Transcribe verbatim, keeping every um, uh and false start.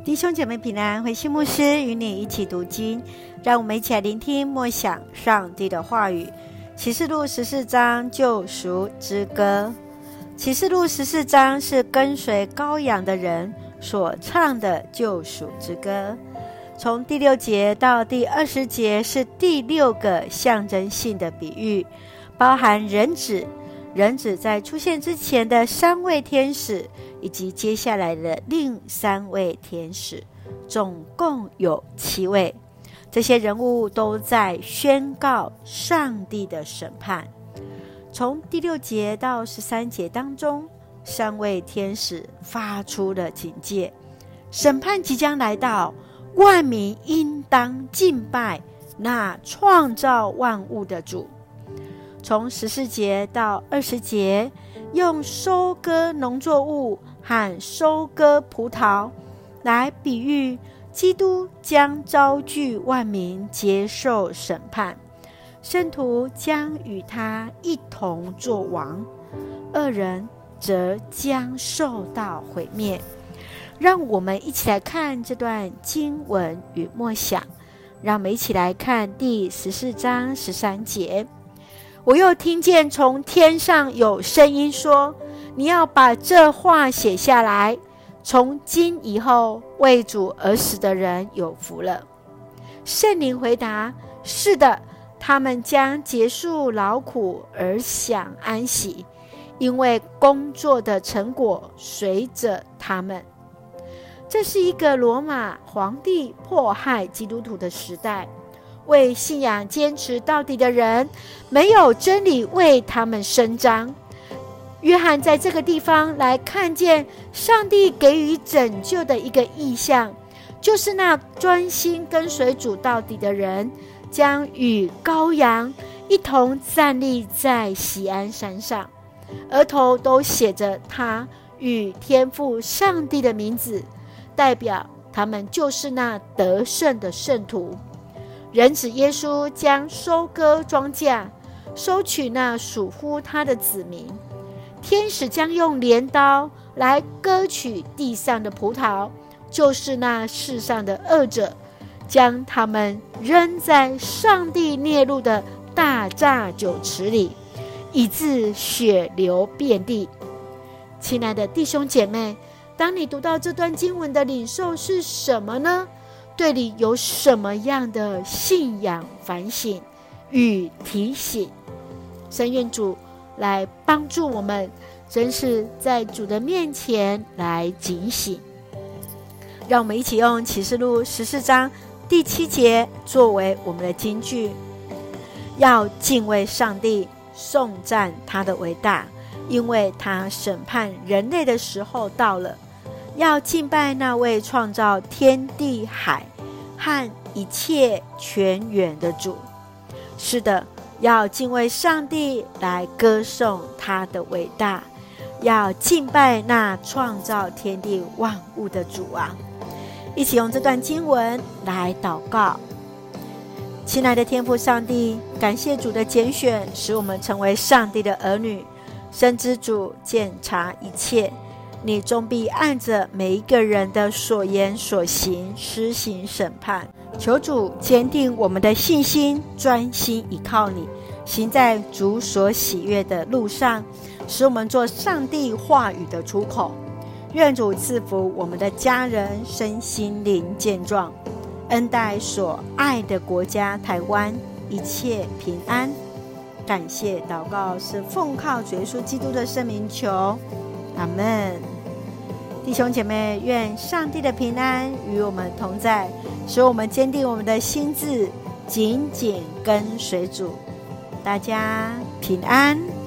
弟兄姐妹平安，慧馨牧师与你一起读经，让我们一起来聆听默想上帝的话语。启示录十四章救赎之歌。启示录十四章是跟随羔羊的人所唱的救赎之歌。从第六节到第二十节是第六个象征性的比喻，包含人子人子在出现之前的三位天使，以及接下来的另三位天使，总共有七位。这些人物都在宣告上帝的审判。从第六节到十三节当中，三位天使发出了警戒，审判即将来到，万民应当敬拜那创造万物的主。从十四节到二十节，用收割农作物和收割葡萄来比喻基督将招聚万民接受审判，圣徒将与他一同作王，恶人则将受到毁灭。让我们一起来看这段经文与默想。让我们一起来看第十四章十三节。我又听见从天上有声音说，你要把这话写下来，从今以后为主而死的人有福了。圣灵回答，是的，他们将结束劳苦而享安息，因为工作的成果随着他们。这是一个罗马皇帝迫害基督徒的时代，为信仰坚持到底的人，没有真理为他们伸张。约翰在这个地方来看见上帝给予拯救的一个意象，就是那专心跟随主到底的人，将与羔羊一同站立在锡安山上，额头都写着他与天父上帝的名字，代表他们就是那得胜的圣徒。人子耶稣将收割庄稼，收取那属乎他的子民。天使将用镰刀来割取地上的葡萄，就是那世上的恶者，将他们扔在上帝烈怒的大榨酒池里，以致血流遍地。亲爱的弟兄姐妹，当你读到这段经文的领受是什么呢？对你有什么样的信仰反省与提醒？神愿主来帮助我们，真是在主的面前来警醒。让我们一起用启示录十四章第七节作为我们的金句，要敬畏上帝，颂赞他的伟大，因为他审判人类的时候到了，要敬拜那位创造天地海和一切泉源的主。是的，要敬畏上帝，来歌颂他的伟大，要敬拜那创造天地万物的主啊！一起用这段经文来祷告。亲爱的天父上帝，感谢主的拣选，使我们成为上帝的儿女。深知主鉴察一切，你终必按着每一个人的所言所行施行审判。求主坚定我们的信心，专心依靠你，行在主所喜悦的路上，使我们做上帝话语的出口。愿主赐福我们的家人身心灵健壮，恩待所爱的国家台湾一切平安。感谢祷告是奉靠主耶稣基督的圣名求，阿们。弟兄姐妹，愿上帝的平安与我们同在，使我们坚定我们的心志，紧紧跟随主。大家平安。